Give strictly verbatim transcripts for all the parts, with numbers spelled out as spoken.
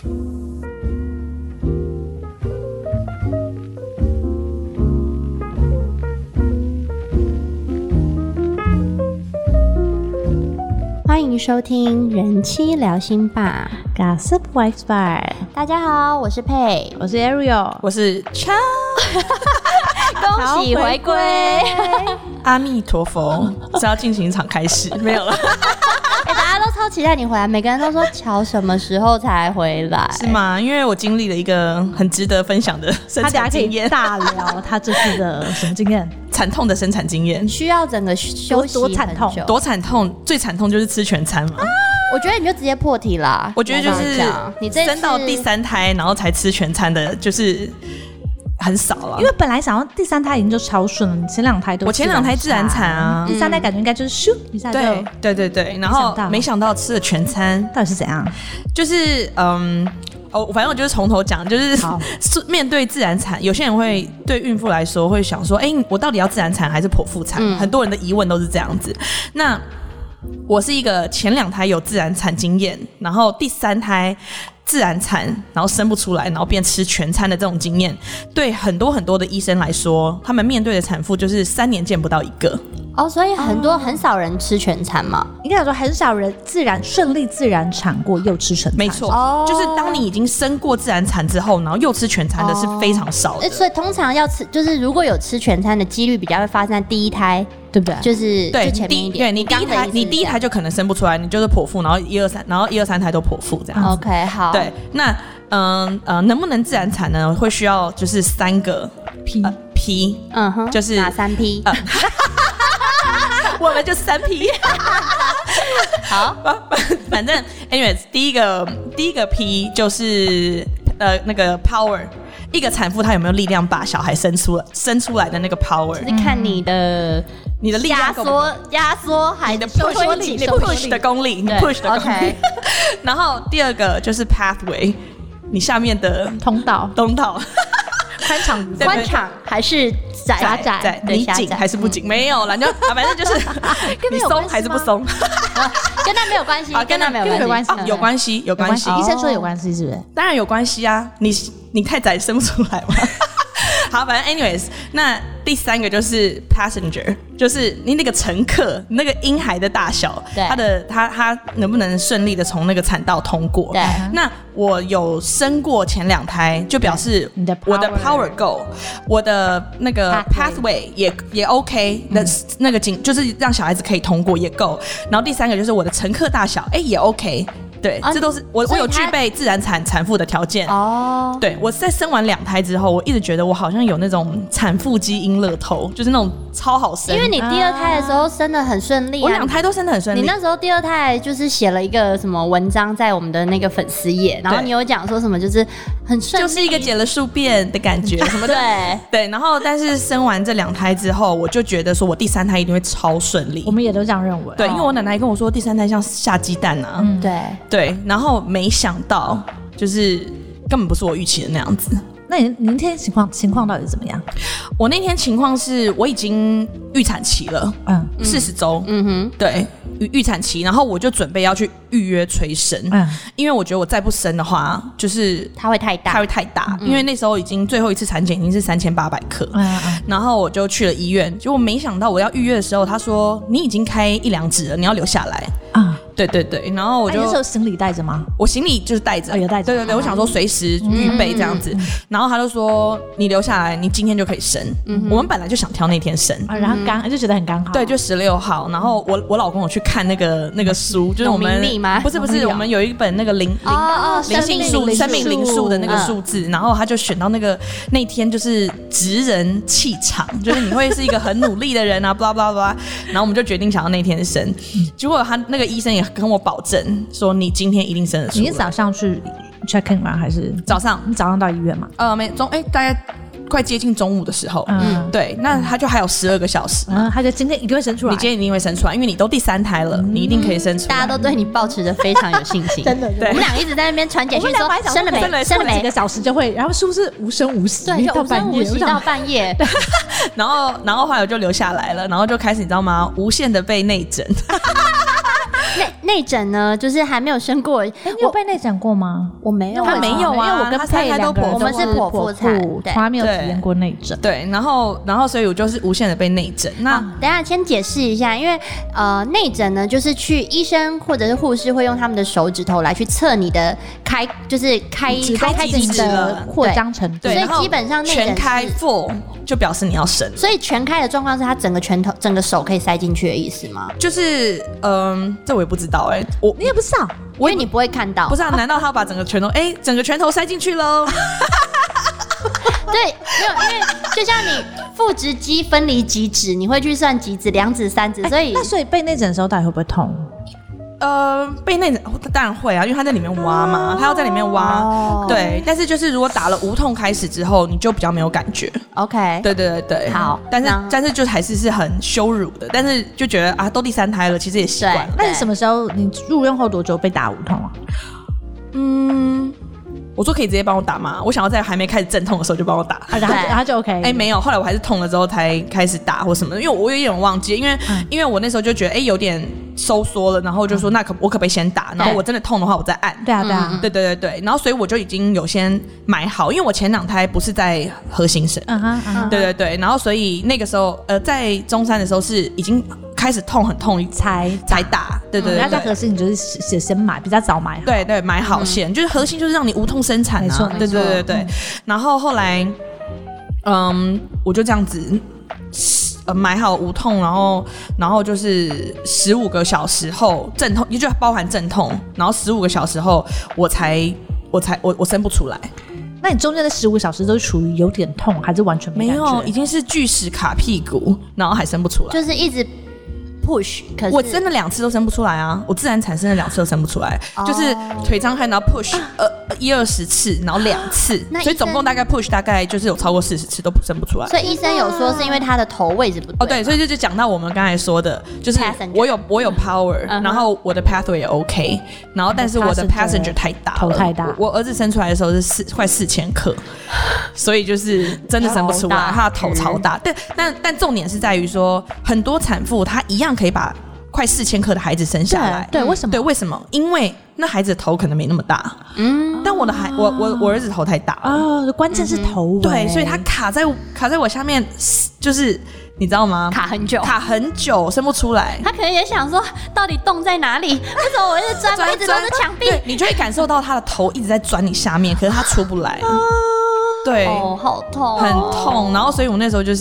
欢迎收听人妻聊心吧 Gossip Wife Bar。 大家好，我是佩， 我是 Ariel， 我是 Chow 恭喜回归阿弥陀佛。是要进行一场开始没有了欸、大家都超期待你回来，每个人都说乔什么时候才回来， 是吗？因为我经历了一个很值得分享的生产经验， 他等下可以大聊他这次的什么经验？ 惨痛的生产经验， 需要整个休息多惨痛， 多惨痛，最惨痛就是吃全餐嘛。啊、 我觉得你就直接破题啦。 我觉得就是你这生到第三胎，然后才吃全餐的，就是很少了。 因为本来想要第三胎已经就超顺了，你前两胎都我前两胎自然产啊， 第三胎感觉应该就是咻一下就对对对对，然后没想到吃了全餐， 到底是怎样？ 就是嗯。哦，反正我就是从头讲，就是面对自然产，有些人会对孕妇来说会想说，哎、欸，我到底要自然产还是剖腹产？嗯、很多人的疑问都是这样子。那我是一个前两胎有自然产经验，然后第三胎自然产，然后生不出来，然后变吃全餐的这种经验，对很多很多的医生来说，他们面对的产妇就是三年见不到一个。 哦，所以很多、哦、很少人吃全餐嘛， 应该说很少人自然顺利自然产过又吃全餐， 没错、哦，就是当你已经生过自然产之后，然后又吃全餐的是非常少的。 哦、所以通常要吃，就是如果有吃全餐的几率比较会发生在第一胎，对不对？就是对， 就前面一点， 对你第一胎，你第一胎就可能生不出来，你就是剖腹，然后一二三，然后一二三胎都剖腹这样子。 OK， 好。 对，那嗯 呃, 呃，能不能自然产呢？会需要就是三个 P、呃、 P， 嗯哼， 就是哪三 P？、 呃我们就三 P 好， 反正 anyways 第一个第一个 P 就是呃那个 power， 一个产妇她有没有力量把小孩生出来生出来的那个 power， 就是看你的你的力量压缩压缩还的 push 你 push 的功力，你 push 的功力。Okay. 然后第二个就是 pathway， 你下面的通道通道。 宽敞宽敞还是窄窄窄？你紧还是不紧？嗯、没有啦，就、啊、反正就是你松还是不松， 跟他没有关系，跟他没有关系， 啊、有关系，有关系。 医生说有关系是不是？ 当然有关系啊！你你太窄生不出来嘛。好，反正 anyways， 那第三个就是 passenger， 就是你那个乘客，那个婴孩的大小，他的他他能不能顺利的从那个产道通过？ 对。 那我有生过前两胎，就表示我的 power go， 我的那个 pathway 也也 OK， 那、嗯、那个紧就是让小孩子可以通过也够。然后第三个就是我的乘客大小，哎、欸、也 OK。对、啊，这都是我我有具备自然产产妇的条件哦。对，我在生完两胎之后，我一直觉得我好像有那种产妇基因乐透，就是那种超好生。 因为你第二胎的时候生得很顺利、啊， 我两胎都生得很顺利。 你那时候第二胎就是写了一个什么文章在我们的那个粉丝页，然后你有讲说什么就是很顺利， 就是一个解了数遍的感觉什么的。 对对，然后但是生完这两胎之后，我就觉得说我第三胎一定会超顺利。 我们也都这样认为。 对，因为我奶奶跟我说第三胎像下鸡蛋啊。 嗯，对。 对，然后没想到就是根本不是我预期的那样子。 那你你那天情况情况到底怎么样？ 我那天情况是我已经预产期了，嗯，四十周，嗯哼，对，预产期，然后我就准备要去预约催生，嗯，因为我觉得我再不生的话，就是它会太大， 它会太大，嗯、因为那时候已经最后一次产检已经是三千八百克，嗯嗯，然后我就去了医院，结果没想到我要预约的时候，他说你已经开一两指了，你要留下来啊。对对对，然后我就那时候行李带着吗？ 我行李就是带着， 哦，有带着。 对对对，我想说随时预备这样子，嗯嗯嗯、然后他就说你留下来，你今天就可以生。嗯、我们本来就想挑那天生， 啊、然后刚就觉得很刚好。 对，就十六号。然后我我老公有去看那个那个书，就是我们不是不是，我们有一本那个灵灵哦灵性数生命灵数的那个数字，嗯、然后他就选到那个那天就是职人气场，就是你会是一个很努力的人啊，blah blah blah。然后我们就决定想要那天生，结果他那个医生也跟我保证说你今天一定生得出来。 你是早上去 check in 吗？还是早上？ 你早上到医院吗？ 呃，没中，哎、欸，大概快接近中午的时候，嗯，对，那他就还有十二个小时， 嗯，他就今天一定会生出来， 你今天一定会生出来，因为你都第三胎了，嗯、你一定可以生出来。 大家都对你抱持着非常有信心， 真的，对。 我们俩一直在那边传简讯说生了没，生了没， 几个小时就会，然后是不是无声无息？ 对， 到半夜， 到半夜。 然后，然后后来我就留下来了，然后就开始你知道吗？无限的被内诊。 内内诊呢，就是还没有生过。 哎，你有被内诊过吗？ 我没有， 他没有啊， 因为我跟佩两个人我们是剖腹产， 从来没有体验过内诊。 对，然后然后所以我就是无限的被内诊。那、 啊、等一下先解释一下，因为呃内诊呢，就是去医生或者是护士会用他们的手指头来去测你的开，就是开开开机的扩张程度， 所以基本上内诊全开 full 就表示你要生。 所以全开的状况是他整个拳头、整个手可以塞进去的意思吗？ 就是嗯，这我也不知道哎、欸，我你也不知道， 因为你不会看到。 不是啊？难道他要把整个拳头哎、欸，整个拳头塞进去喽？ 对，没有，因为就像你腹直肌分离几指，你会去算几指、两指、三指，所以、 欸、那所以被内诊的时候到底会不会痛？ 呃，被内诊当然会啊，因为他在里面挖嘛，他要在里面挖，哦、对。但是就是如果打了无痛开始之后，你就比较没有感觉。 OK， 对对对对， 好。 但是但是就还是是很羞辱的，但是就觉得啊，都第三胎了，其实也习惯了。 那你什么时候你入院后多久被打无痛啊？ 嗯。我说可以直接帮我打吗？我想要在还没开始阵痛的时候就帮我打， 啊、然后然后就 OK。 哎、欸，没有，后来我还是痛了之后才开始打或什么的，因为我有点忘记，因为、嗯、因为我那时候就觉得哎、欸、有点收缩了，然后就说、嗯、那可我可不可以先打？然后我真的痛的话我再按。 对啊对啊， 对对对对。然后所以我就已经有先买好，因为我前两胎不是在核心省，嗯哼嗯哼，对对对。然后所以那个时候呃在中山的时候是已经开始痛很痛才才打，对对对。 那在核心你就是先先买，比较早买好。 对对，买好线、嗯，就是核心就是让你无痛生产啊。没错。对对对对、嗯，然后后来，嗯，我就这样子，呃，买好无痛，然后，然后就是十五个小时后阵痛，也就包含阵痛，然后十五个小时后我才，我才，我我生不出来。 那你中间的十五小时都是处于有点痛，还是完全没感觉？ 没有，已经是巨石卡屁股，然后还生不出来， 就是一直。push， 可是我真的两次都生不出来啊！我自然产生了两次都生不出来，哦、就是腿张开然后 push、啊、呃一二十次，然后两次，所以总共大概 push 大概就是有超过四十次都生不出来。 所以医生有说是因为他的头位置不对。 哦，对，所以就就讲到我们刚才说的，就是我有我有 power，、嗯、然后我的 pathway 也 OK， 然后但是我的 passenger 太大了， 头太大。 我, 我儿子生出来的时候是四快四千克，所以就是真的生不出来，他的头超大。但但但重点是在于说，很多产妇她一样可以把快四千克的孩子生下来。 对，对为什么？ 对，为什么？因为那孩子的头可能没那么大，嗯，但我的孩，我我我儿子头太大了， 哦，关键是头围、嗯， 对，所以他卡在卡在我下面，就是你知道吗？ 卡很久， 卡很久，生不出来。 他可能也想说，到底洞在哪里？为什么我一直钻，一直都是墙壁？ 对，你就会感受到他的头一直在钻你下面，可是他出不来。对， 哦，好痛， 很痛。然后，所以我那时候就是，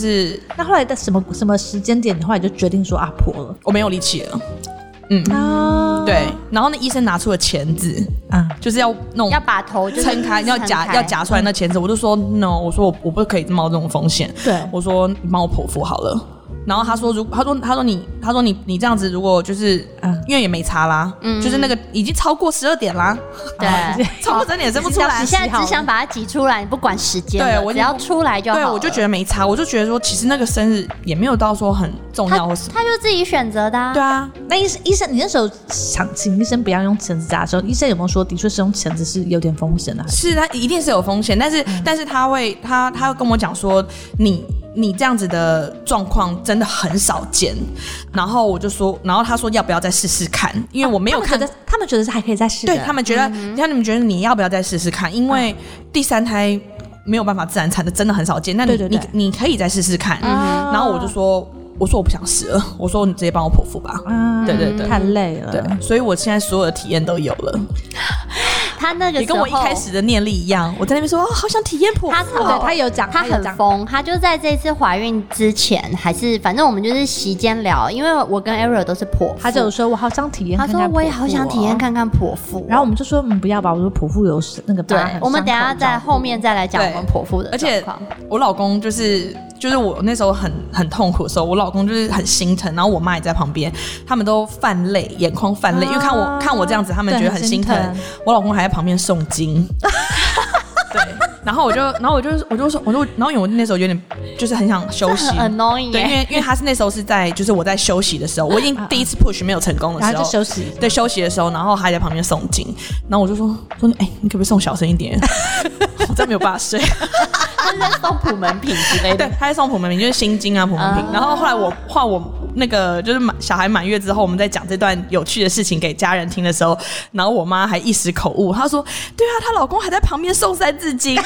那后来的什么什么时间点，你后来就决定说啊，破了， 我没有力气了。嗯啊，对。然后那医生拿出了钳子，啊，就是要弄， 要把头撑开，要夹要夹出来那钳子。我就说 no， 我说我我不可以冒这种风险。 对， 我说你帮我剖腹好了。然后他说，如他说他说你他说你你这样子，如果就是，嗯，因为也没差啦，嗯，就是那个已经超过十二点啦， 对， 超过十二点生不出来， 你现在只想把它挤出来，你不管时间， 对我只要出来就好了。 对，我就觉得没差，我就觉得说，其实那个生日也没有到说很重要或什么， 他就自己选择的啊。 对啊， 那医生医生，你那时候想请医生不要用钳子夹的时候，医生有没有说，的确是用钳子是有点风险的？ 是，他一定是有风险，但是、嗯、但是他会他他会跟我讲说，你。你这样子的状况真的很少见，然后我就说，然后他说要不要再试试看，因为我没有看， 啊、他, 们觉得他们觉得是还可以再试， 对他们觉得，嗯、他们觉得你要不要再试试看，因为第三胎没有办法自然产的真的很少见，那你对对对你你可以再试试看，嗯、然后我就说。我说我不想试了，我说你直接帮我剖腹吧。嗯，对对对， 太累了。 对，所以我现在所有的体验都有了。 他那个也跟我一开始的念力一样，我在那边说、哦、好想体验剖腹。 他对他有讲， 他很疯，他就在这次怀孕之前，还是反正我们就是席间聊，因为我跟 Ariel 都是剖腹， 他就说我好想体验看看剖腹、哦， 他说我也好想体验看看剖腹， 然后我们就说嗯不要吧，我说剖腹有那个对，我们等一下在后面再来讲我们剖腹的状况。 而且我老公就是。就是我那时候很很痛苦的时候，我老公就是很心疼，然后我妈也在旁边，他们都泛泪，眼眶泛泪，因为看我看我这样子，他们觉得很心疼。我老公还在旁边诵经，对，然后我就，然后我就，我就说，我就，然后因为我那时候有点就是很想休息， 很 annoying， 对，因为因为他是那时候是在就是我在休息的时候，我已经第一次 push 没有成功的时候， 然后就休息， 对，休息的时候，然后还在旁边诵经，然后我就说说，哎、欸，你可不可以诵小声一点？我真没有办法睡。 他是在送普门品之类的， 对，他在送普门品，就是心经啊，普门品。Uh, 然后后来我换我那个就是小孩满月之后，我们在讲这段有趣的事情给家人听的时候，然后我妈还一时口误，她说：“对啊，她老公还在旁边送三字经。”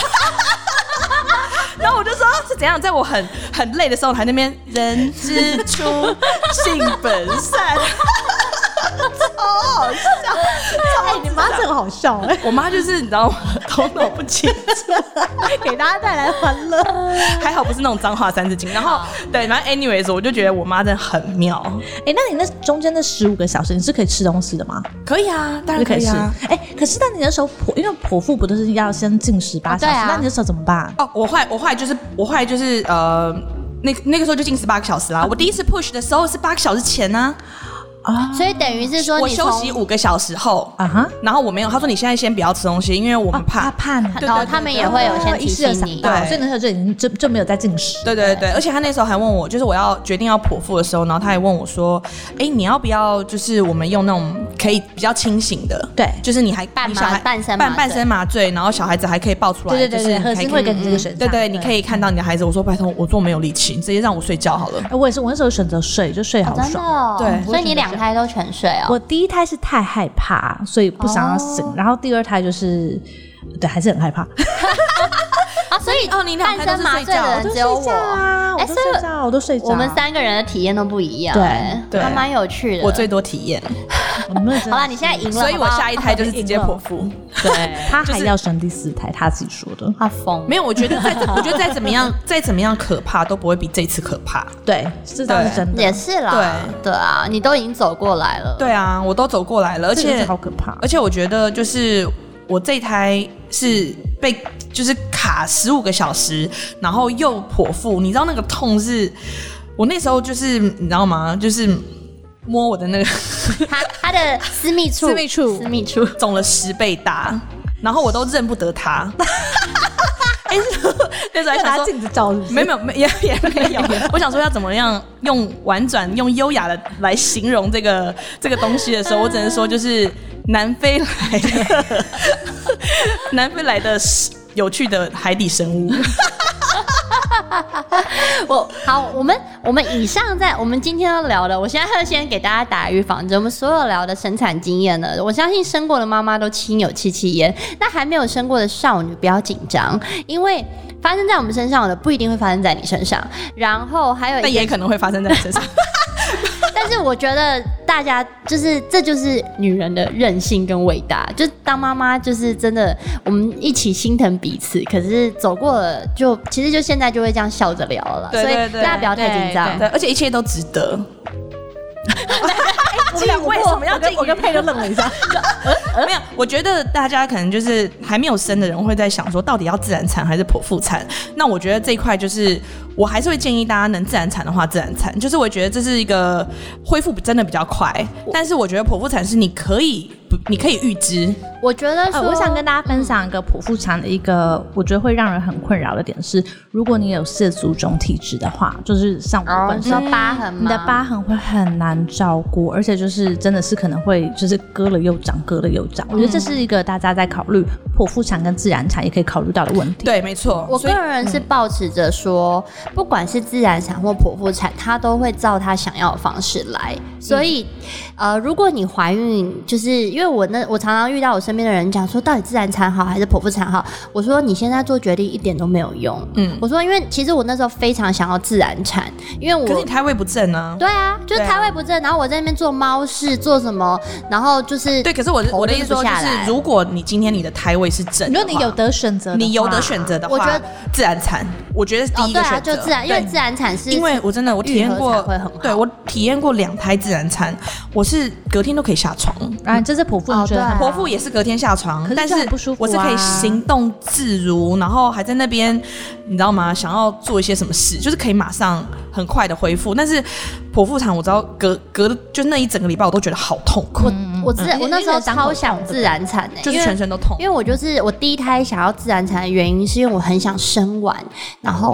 然后我就说是怎样，在我很很累的时候，还那边人之初性本善。超好笑！ 哎、欸，你妈真的好笑哎、欸！ 我妈就是你知道吗，头脑不清楚， 给大家带来欢乐。 还好不是那种脏话三字经。然后对，然后 anyways， 我就觉得我妈真的很妙。 哎、欸，那你那中间那十五个小时，你是可以吃东西的吗？ 可以啊，当然可以啊。 哎、欸，可是那你那时候剖，因为剖腹不都是要先禁食八小时、啊？那你那时候怎么办？ 哦，我后来我后来就是我后来就是呃，那那个时候就禁食八个小时啦。啊、我第一次 push 的时候是八个小时前呢、啊。 啊，所以等于是说我休息五个小时后，啊哈，然后我没有，他说你现在先不要吃东西，因为我们怕， 哦、怕， 然后他们也会有先提醒你， 对，所以那时候就已经就就没有在进食， 对对对，而且他那时候还问我，就是我要决定要剖腹的时候，然后他还问我说，哎，你要不要就是我们用那种可以比较清醒的， 对， 就是你还半小孩半身半半身麻醉，然后小孩子还可以抱出来， 对对对，核心会给你这个选项， 对对，你可以看到你的孩子，我说拜托，我说我没有力气，你直接让我睡觉好了， 我也是，我那时候选择睡，就睡好爽， 对，所以你两胎都全睡。 我第一胎是太害怕，所以不想要醒，哦、然后第二胎就是对，还是很害怕。 啊，所以哦，你半身麻醉的人只有我啊，我都睡觉，我都睡觉。 我们三个人的体验都不一样， 对， 还蛮有趣的。 我最多体验。 好啦，你现在赢了， 所以我下一胎就是直接剖腹。 对，他还要生第四胎，他自己说的。 他疯。 没有，我觉得再我觉得再怎么样，再怎么样可怕都不会比这次可怕。 对，这倒是真的。 也是啦。对对啊，你都已经走过来了。 对啊，我都走过来了，而且好可怕。 而且我觉得就是我这一胎是被就是卡十五个小时，然后又剖腹，你知道那个痛是，我那时候就是你知道吗？就是摸我的那个他他的私密处， 私密处， 私密处肿了十倍大，然后我都认不得他。哎、欸，那时候还想说拿镜子照， 没有没有也也没有。我想说要怎么样用婉转、用优雅的来形容这个这个东西的时候，我只能说就是南非来的南非来的有趣的海底生物。 我好，我们我们以上在我们今天要聊的，我现在会先给大家打预防针。我们所有聊的生产经验呢，我相信生过的妈妈都亲有戚戚焉。那还没有生过的少女不要紧张，因为发生在我们身上的不一定会发生在你身上。然后还有一个， 但也可能会发生在你身上。 但是我觉得大家就是这就是女人的韧性跟伟大，就当妈妈就是真的，我们一起心疼彼此。可是走过了就，其实就现在就会这样笑着聊了， 对对对， 所以大家不要太紧张， 对，而且一切都值得。 为什么要跟我跟佩就愣了一下？ 没有，我觉得大家可能就是还没有生的人会在想说，到底要自然产还是剖腹产？那我觉得这一块就是，我还是会建议大家能自然产的话，自然产。就是我觉得这是一个恢复真的比较快，但是我觉得剖腹产是你可以，你可以预知。 我觉得说、 呃，我想跟大家分享一个剖腹产的一个，我觉得会让人很困扰的点是，如果你有蟹足肿体质的话，就是像我本身、 哦、疤痕， 你的疤痕会很难照顾，而且就是真的是可能会就是割了又长，割了又长。我觉得这是一个大家在考虑剖腹产跟自然产也可以考虑到的问题。 对，没错。 我个人是抱持着说、嗯，不管是自然产或剖腹产，它都会照他想要的方式来。所以，嗯、呃，如果你怀孕，就是因为我那我常常遇到我身边的人讲说，到底自然产好还是剖腹产好？我说你现在做决定一点都没有用。嗯，我说因为其实我那时候非常想要自然产，因为我可是你胎位不正啊。 对啊，就是胎位不正，然后我在那边做猫式做什么，然后就是对。可是我我的意思说就是，如果你今天你的胎位是正的话， 如果你有得选择， 你有得选择的话，我觉得自然产，我觉得第一个选择、哦、 对啊，就自然，因为自然产是， 因为我真的我体验过，对我体验过两胎自然产，我是隔天都可以下床。 啊，这是剖腹，我觉得剖腹也是隔天下床， 可是但是不舒服、啊、 我是可以行动自如，然后还在那边，你知道吗？想要做一些什么事，就是可以马上很快的恢复。但是剖腹产，我知道隔隔就那一整个礼拜，我都觉得好痛苦。 嗯、我自、嗯、我那时候超想自然产的、欸， 就是全身都痛。 因为我就是我第一胎想要自然产的原因，是因为我很想生完，然后我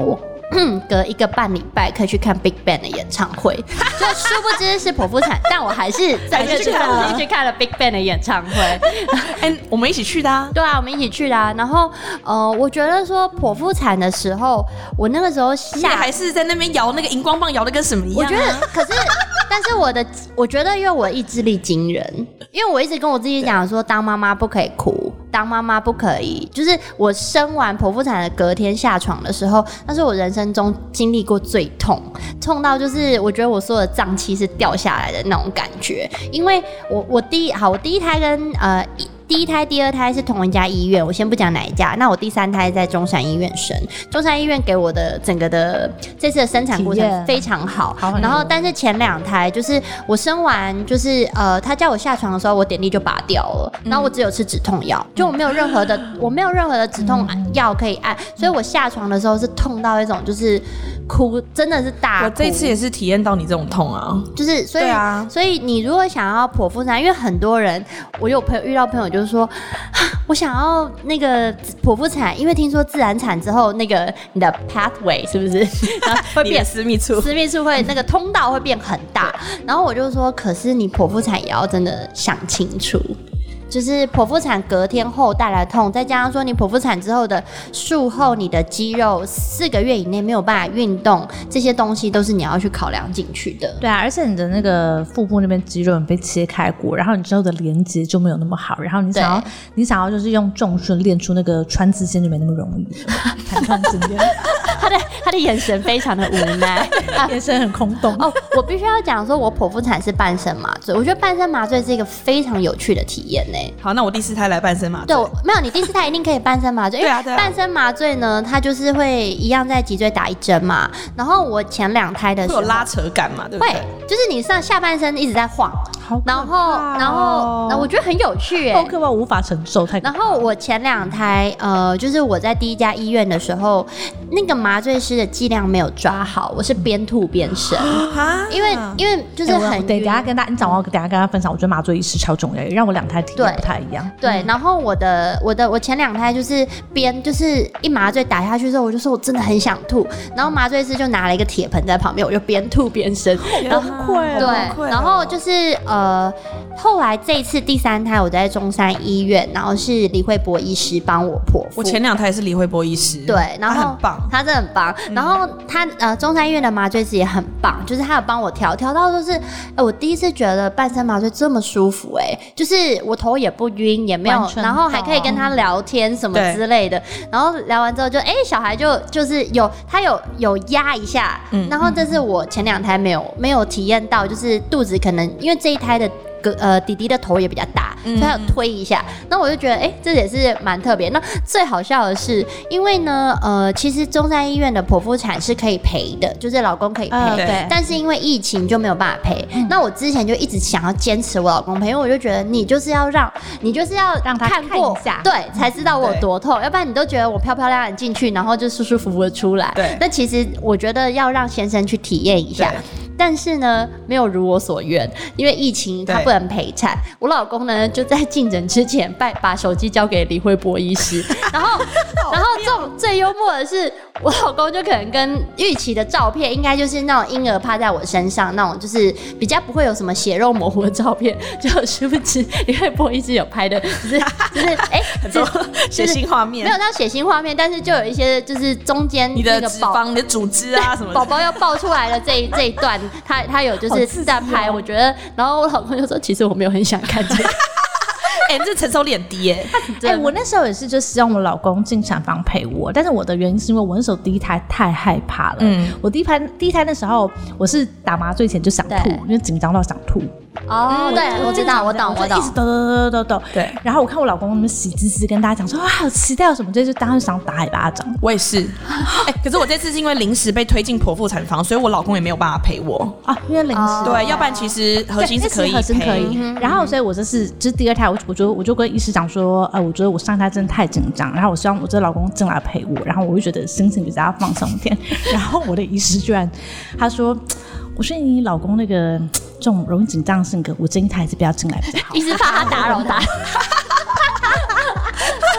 隔一个半礼拜可以去看 Big Bang 的演唱会，就殊不知是剖腹产，但我还是在这去看去看了 Big Bang 的演唱会。 哎、欸，我们一起去的啊。 对啊，我们一起去的啊。然后呃，我觉得说剖腹产的时候，我那个时候下还是在那边摇那个荧光棒，摇的跟什么一样、啊。 我觉得，可是，但是我的，我觉得因为我的意志力惊人，因为我一直跟我自己讲说，当妈妈不可以哭，当妈妈不可以，就是我生完剖腹产的隔天下床的时候，那是我人生中经历过最痛，痛到就是我觉得我所有的脏器是掉下来的那种感觉。因为我我第一好，我第一胎跟呃。第一胎、第二胎是同一家医院，我先不讲哪一家。那我第三胎在中山医院生，中山医院给我的整个的这次的生产过程非常好。好，然后但是前两胎就是我生完，就是呃，他叫我下床的时候，我点滴就拔掉了，然后我只有吃止痛药，就我没有任何的，我没有任何的止痛药可以按，所以我下床的时候是痛到一种就是哭，真的是大哭。 我这次也是体验到你这种痛啊， 就是所以啊，所以你如果想要剖腹产，因为很多人，我有朋友遇到朋友就。就是说，我想要那个剖腹产，因为听说自然产之后，那个你的 pathway 是不是会变私密处？ 私密处会那个通道会变很大。然后我就说，可是你剖腹产也要真的想清楚。就是剖腹产隔天后带来痛，再加上说你剖腹产之后的术后，你的肌肉四个月以内没有办法运动，这些东西都是你要去考量进去的。 对啊，而且你的那个腹部那边肌肉被切开过，然后你之后的连接就没有那么好，然后你想要你想要就是用重训练出那个穿刺线就没那么容易，弹穿刺线。 他的他的眼神非常的无奈， 眼神很空洞。 哦，我必须要讲说，我剖腹产是半身麻醉，我觉得半身麻醉是一个非常有趣的体验呢。 好，那我第四胎来半身麻醉。 对，没有，你第四胎一定可以半身麻醉。对啊，对啊。半身麻醉呢，它就是会一样在脊椎打一针嘛。然后我前两胎的时候会有拉扯感嘛，对不对？ 会，就是你上下半身一直在晃，好然后然后然后我觉得很有趣哎， 好可怕，无法承受太可怕。 然后我前两胎呃，就是我在第一家医院的时候，那个麻醉师的剂量没有抓好，我是边吐边生，因为因为就是很、欸、 对，等一下跟大家，你讲我等一下跟大家分享，我觉得麻醉医师超重要，也让我两胎体验不太一样。 对，嗯、然后我的我的我前两胎就是边就是一麻醉打下去之后，我就说我真的很想吐，然后麻醉师就拿了一个铁盆在旁边，我就边吐边生， 然后对，然后就是呃，后来这一次第三胎我在中山医院，然后是李慧博医师帮我剖腹。 我前两胎是李慧博医师， 对，然后他很棒， 他真的很棒。嗯、然后他呃中山医院的麻醉师也很棒，就是他有帮我调调到就是，呃，我第一次觉得半身麻醉这么舒服哎、欸，就是我头也不晕，也没有，然后还可以跟他聊天什么之类的。然后聊完之后就哎、欸，小孩就就是有他有有压一下，嗯、然后这是我前两胎没有没有体验到，就是肚子可能因为这一胎的。呃，弟弟的头也比较大，所以他有推一下。那、嗯、我就觉得，哎、欸，这也是蛮特别。那最好笑的是，因为呢，呃，其实中山医院的剖腹产是可以赔的，就是老公可以赔，呃、对。但是因为疫情就没有办法赔。嗯、那我之前就一直想要坚持我老公赔，因为我就觉得你就是要让你就是要让他看过一下， 对，才知道我有多痛。要不然你都觉得我漂漂亮亮进去，然后就舒舒服服的出来。对。那其实我觉得要让先生去体验一下。但是呢，没有如我所愿，因为疫情他不能陪产。我老公呢就在进诊之前把把手机交给李慧博医师，然后，然后这种最幽默的是，我老公就可能跟预期的照片，应该就是那种婴儿趴在我身上那种，就是比较不会有什么血肉模糊的照片，就殊不知李慧博医师有拍的，就是就是哎， 很多血腥画面， 没有到血腥画面，但是就有一些就是中间你的脂肪、你的组织啊什么的， 宝宝要爆出来的这一这一段。他他有就是在拍，我觉得，然后我老公就说，其实我没有很想看这个。 哎、欸，这承受力很低耶、 欸！哎、欸，我那时候也是，就希望我老公进产房陪我，但是我的原因是因为我那时候第一胎太害怕了。嗯，我第一胎第一胎那时候，我是打麻醉前就想吐，因为紧张到想吐。 哦，嗯、对，我知道，我懂，我懂， 一直抖抖抖抖抖。对，然后我看我老公那么喜滋滋跟大家讲说，哇，好期待有什么，这就当时想打一巴掌。 我也是。哎、欸，可是我这次是因为临时被推进剖腹产房，所以我老公也没有办法陪我啊，因为临时。哦、 对，要不然其实核心是可以陪，核心可以。 嗯、然后，所以我这次就是第二胎，我我就我就跟医师讲说，呃，我觉得我上一胎真的太紧张，然后我希望我这老公进来陪我，然后我就觉得心情比较放松一点。然后我的医师居然他说，我说你老公那个。这种容易紧张的性格，我建议他还是不要进来比较好。 一直怕他打扰他。 哎、欸，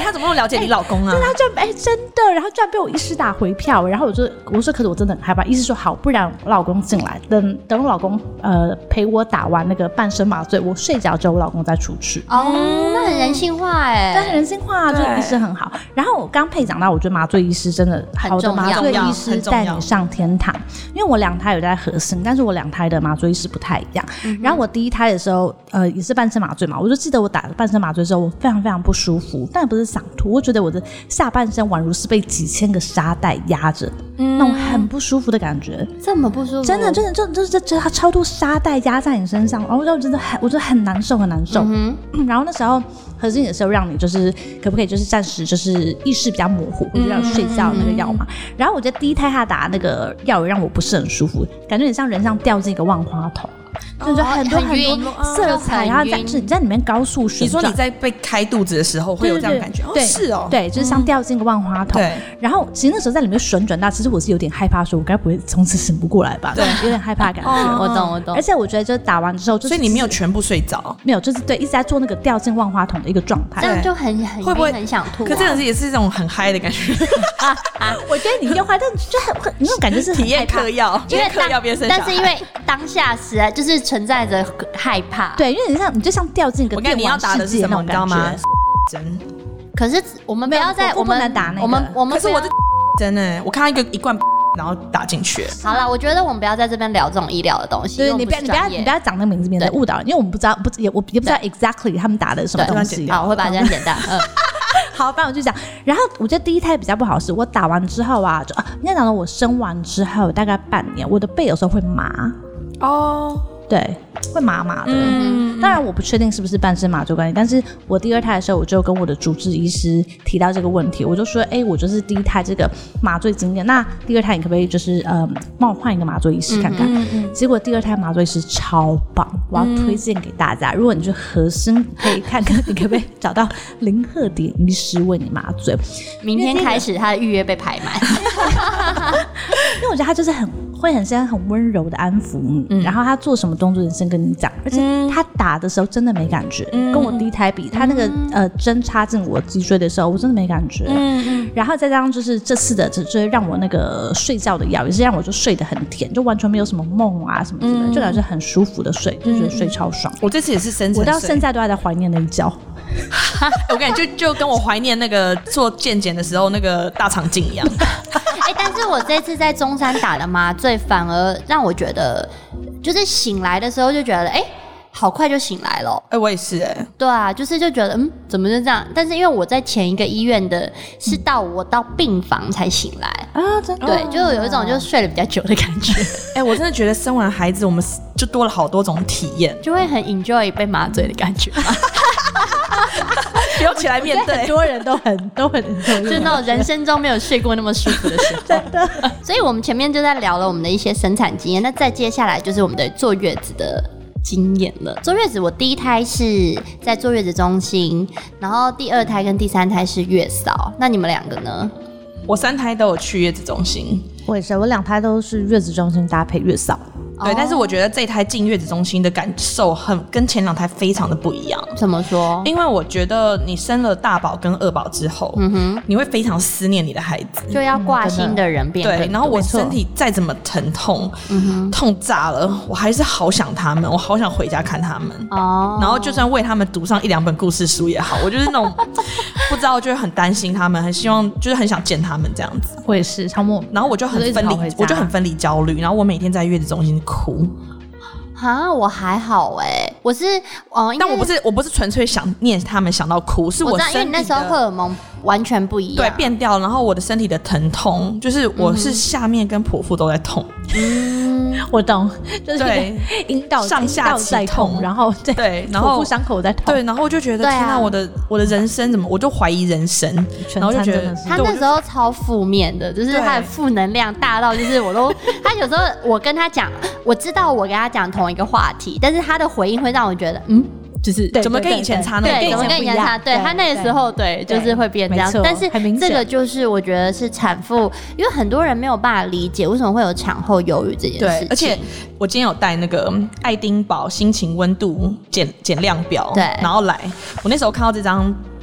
他怎么那么了解你老公啊？ 对，他就哎、欸、真的，然后居然被我医师打回票，然后我就我说可是我真的很害怕，医师说好，不然我老公进来，等等我老公呃陪我打完那个半身麻醉，我睡着之后我老公再出去。 哦，那很人性化哎、 欸，对，人性化，就医师很好。然后我刚配讲到，我觉得麻醉医师真的好的麻醉医师带你上天堂，因为我两胎有在核心，但是我两胎的麻醉医师不太一样。嗯、然后我第一胎的时候，呃，也是半身麻醉嘛，我就记得我打半身麻醉之后，我非常非常不舒服，但也不是想吐，我觉得我的下半身宛如是被几千个沙袋压着，嗯、那种很不舒服的感觉。 这么不舒服？ 真的，真的，就就是觉得它超多沙袋压在你身上，然后我就真的很，我觉得很难受，很难受。嗯、然后那时候核心也是让你就是可不可以就是暂时就是意识比较模糊，我就让你睡觉那个药嘛。然后我觉得第一胎他打那个药也让我不是很舒服，感觉你像人像掉进一个万花筒。就是很多很多色彩，然后在就是你在里面高速旋转。 你说你在被开肚子的时候会有这样的感觉？ 对， 哦是哦， 对，就是像掉进个万花筒。对，然后其实那时候在里面旋转到，其实我是有点害怕，说我该不会从此醒不过来吧？对，有点害怕感觉。 我懂，我懂。 而且我觉得，就打完之后， 所以你没有全部睡着， 没有，就是对，一直在做那个掉进万花筒的一个状态， 这样就很很会不会很想吐？ 可这样子也是一种很嗨的感觉。 我觉得你用嗨，但就很那种感觉是体验嗑药， 因为嗑药边生但是因为当下实在就是存在着害怕， 对，因为你像你就像掉进一个电玩世界那种感觉。 针， 可是我们不要在我们打那个， 我们我们可是我是针哎，我看到一个一罐，然后打进去。 好了，我觉得我们不要在这边聊这种医疗的东西。 对，你不要你不要你不要讲那个名字，免得误导，因为我们不知道不也我也不知道 exactly 他们打的什么东西。 好，我会把这样简单。嗯。 好，不然我就讲。然后我觉得第一胎比较不好是，我打完之后啊，就啊，应该讲到我生完之后大概半年，我的背有时候会麻。哦。对，会麻麻的。嗯，当然我不确定是不是半身麻醉关系，但是我第二胎的时候，我就跟我的主治医师提到这个问题，我就说，哎、欸，我就是第一胎这个麻醉经验，那第二胎你可不可以就是呃帮我换一个麻醉医师看看？嗯嗯、结果第二胎麻醉师超棒，我要推荐给大家。嗯、如果你去核心可以看看，你可不可以找到林鹤典医师为你麻醉？ 明天开始他的预约被排满， 因为我觉得他就是很会很现在很温柔的安抚你，嗯、然后他做什么动作你先跟你讲，而且他打的时候真的没感觉，嗯、跟我第一胎比，他那个呃针插进我脊椎的时候，我真的没感觉。嗯、然后再加上就是这次的，就是让我那个睡觉的药，也是让我就睡得很甜，就完全没有什么梦啊什么之类的，嗯、就感觉很舒服的睡，就觉得睡超爽。 我这次也是深层睡， 我到现在都还在怀念那一觉。 我感觉就就跟我怀念那个做健检的时候那个大肠镜一样。 哎、欸，但是我这次在中山打的麻醉，反而让我觉得，就是醒来的时候就觉得，哎、欸，好快就醒来了。 哎、欸，我也是哎、欸。 对啊，就是就觉得，嗯，怎么就这样？但是因为我在前一个医院的，是到我到病房才醒来啊，真的。对，就有一种就睡了比较久的感觉。 哎、欸，我真的觉得生完孩子，我们就多了好多种体验， 就会很 enjoy 被麻醉的感觉。 不用起来面对， 很多人都很都很， 就那种人生中没有睡过那么舒服的时候， 真的。 所以我们前面就在聊了我们的一些生产经验，那再接下来就是我们的坐月子的经验了。坐月子，我第一胎是在坐月子中心，然后第二胎跟第三胎是月嫂。那你们两个呢？ 我三胎都有去月子中心， 我也是，我两胎都是月子中心搭配月嫂。 对，但是我觉得这一胎进月子中心的感受很跟前两胎非常的不一样。 怎么说？ 因为我觉得你生了大宝跟二宝之后，嗯哼，你会非常思念你的孩子， 就要挂心的人变更多。 对，然后我身体再怎么疼痛，嗯哼，痛炸了，我还是好想他们，我好想回家看他们。哦，然后就算为他们读上一两本故事书也好，我就是那种不知道，就会很担心他们，很希望，就是很想见他们这样子。 我也是，超莫， 然后我就很分离，我就很分离焦虑，然后我每天在月子中心哭。 哈，我还好哎、欸，我是哦、呃， 但我不是我不是纯粹想念他们想到哭，是我身体的， 因为你那时候荷尔蒙完全不一样， 对，变掉，然后我的身体的疼痛，就是我是下面跟剖腹都在痛。嗯， 我懂，就是对阴道上下在痛， 然后对，然后剖腹伤口在痛， 对，然后我就觉得、啊、天哪，我的我的人生怎么，我就怀疑人生，然后就觉得他那时候超负面的，就是他的负能量大到就是我都，他有时候我跟他讲，我知道我跟他讲同一个话题，但是他的回应会让我觉得嗯。 就是怎么跟以前差那么对，怎么跟以前差？对，他那个时候对，就是会变这样。但是这个就是我觉得是产妇，因为很多人没有办法理解为什么会有产后忧郁这件事情。 对，而且我今天有带那个爱丁堡心情温度减减量表，对，然后来，我那时候看到这张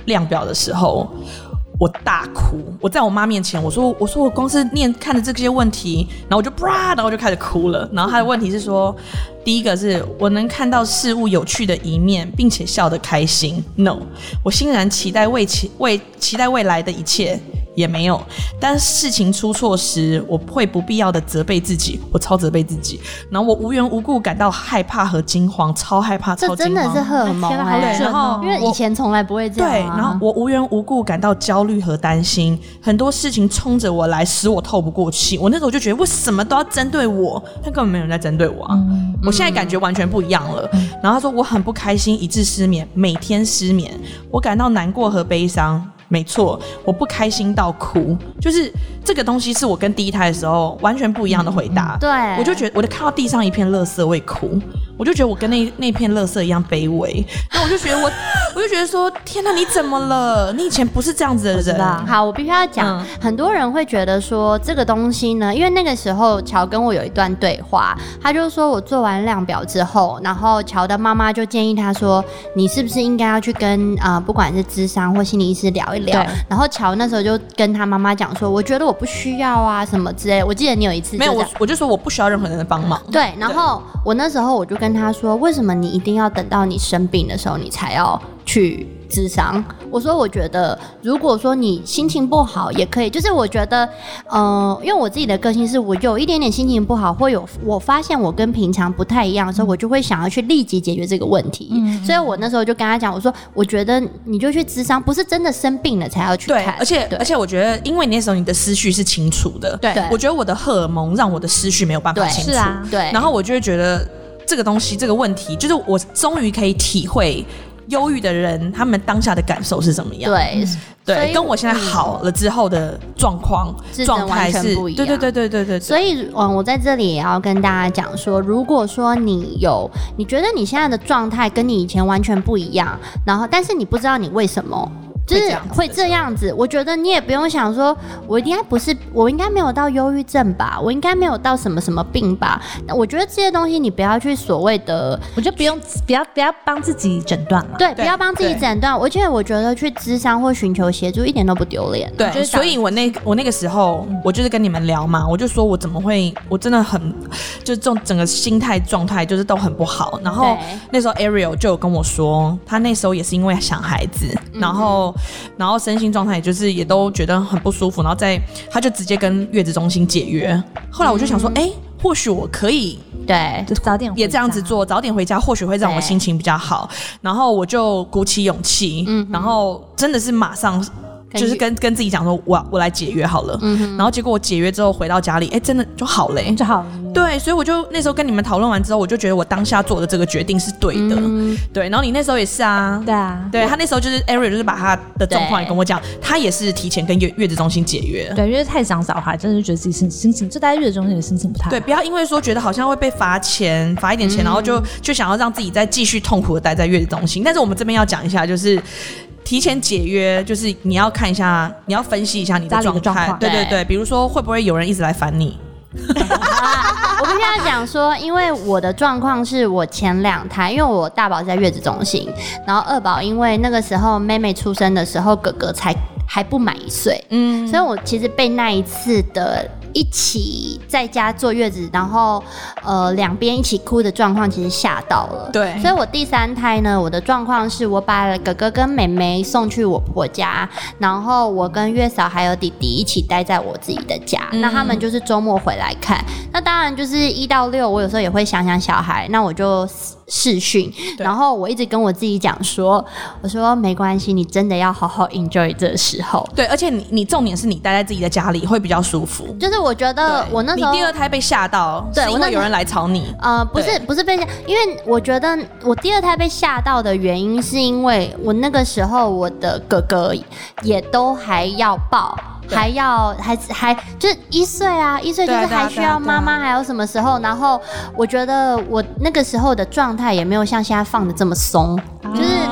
量表的时候，我大哭，我在我妈面前，我说我说我光是念看着这些问题，然后我就啪，然后我就开始哭了。然后他的问题是说，第一个是我能看到事物有趣的一面，并且笑得开心。No， 我欣然期待未期未期待未来的一切。也没有，但事情出错时，我会不必要的责备自己，我超责备自己，然后我无缘无故感到害怕和惊慌，超害怕，超惊慌， 这真的是荷尔蒙哎、 欸，然后因为以前从来不会这样、啊， 对，然后我无缘无故感到焦虑和担心，很多事情冲着我来，使我透不过气。我那时候就觉得，为什么都要针对我？但根本没有人在针对我啊！嗯、我现在感觉完全不一样了。嗯、然后他说我很不开心，以致失眠，每天失眠，我感到难过和悲伤。没错，我不开心到哭，就是这个东西是我跟第一胎的时候完全不一样的回答。 嗯、对， 我就觉得我就看到地上一片垃圾，我也哭，我就觉得我跟那那片垃圾一样卑微。那我就觉得我，我就觉得说，天哪，你怎么了？你以前不是这样子的人。 好，我必须要讲、嗯，很多人会觉得说这个东西呢，因为那个时候乔跟我有一段对话，他就说我做完量表之后，然后乔的妈妈就建议他说，你是不是应该要去跟呃不管是諮商或心理医师聊一聊。然后乔那时候就跟他妈妈讲说，我觉得我不需要啊什么之类的。我记得你有一次没有，我我就说我不需要任何人的帮忙。 对，然后我那时候我就跟他说，为什么你一定要等到你生病的时候你才要去諮商？我说我觉得如果说你心情不好也可以，就是我觉得呃，因为我自己的个性是我有一点点心情不好，或有我发现我跟平常不太一样的时候、嗯、我就会想要去立即解决这个问题、嗯、所以我那时候就跟他讲，我说我觉得你就去諮商，不是真的生病了才要去看。 对，而且而且我觉得因为那时候你的思绪是清楚的，对，我觉得我的荷尔蒙让我的思绪没有办法清楚， 是啊，对， 然后我就会觉得这个东西这个问题就是我终于可以体会忧郁的人他们当下的感受是怎么样。 对、嗯、 对，跟我现在好了之后的状况状态是不一样。 对对对对对对。 所以嗯，我在这里也要跟大家讲说，如果说你有你觉得你现在的状态跟你以前完全不一样，然后但是你不知道你为什么就是会这样子，我觉得你也不用想说我应该不是我应该没有到忧郁症吧，我应该没有到什么什么病吧。我觉得这些东西你不要去所谓的， 我就不用不要不要帮自己诊断了。 对，不要帮自己诊断。而且我觉得去諮商或寻求协助一点都不丢脸。 对，所以我那我那个时候、嗯、我就是跟你们聊嘛，我就说我怎么会，我真的很就这种整个心态状态就是都很不好。然后那时候 Ariel 就有跟我说，他那时候也是因为想孩子，嗯、然后。然后身心状态就是也都觉得很不舒服，然后在他就直接跟月子中心解约。后来我就想说，哎、嗯，或许我可以对， 就早点也这样子做，早点回家，或许会让我心情比较好。然后我就鼓起勇气，嗯，然后真的是马上。就是跟跟自己讲说，我我来解约好了、嗯，然后结果我解约之后回到家里，哎、欸，真的就好了、欸， 就好了。 对，所以我就那时候跟你们讨论完之后，我就觉得我当下做的这个决定是对的。嗯、对，然后你那时候也是啊， 对啊， 对他那时候就是 Ariel 就是把他的状况也跟我讲，他也是提前跟月月子中心解约。 对，因为太想小孩，真的就觉得自己心心情就待在月子中心的心情不太好。 对，不要因为说觉得好像会被罚钱，罚一点钱，嗯、然后就就想要让自己再继续痛苦的待在月子中心。但是我们这边要讲一下，就是。提前解约就是你要看一下，你要分析一下你的状态，对对对，比如说会不会有人一直来烦你？ 我必须要讲说，因为我的状况是我前两胎，因为我大宝在月子中心，然后二宝因为那个时候妹妹出生的时候，哥哥才还不满一岁，嗯，所以我其实被那一次的。一起在家坐月子，然后呃两边一起哭的状况，其实吓到了。 对， 所以我第三胎呢，我的状况是我把哥哥跟妹妹送去我婆家，然后我跟月嫂还有弟弟一起待在我自己的家。嗯、那他们就是周末回来看。那当然就是一到六，我有时候也会想想小孩，那我就视讯。然后我一直跟我自己讲说，我说没关系，你真的要好好 enjoy 这个时候。 对，而且你你重点是你待在自己的家里会比较舒服。 就是我觉得我那时候你第二胎被吓到，对，是因为有人来吵你。 呃，不是不是被吓，因为我觉得我第二胎被吓到的原因是因为我那个时候我的哥哥也都还要抱。还要还还就是一岁啊，一岁就是还需要妈妈，还有什么时候？然后我觉得我那个时候的状态也没有像现在放的这么松，就是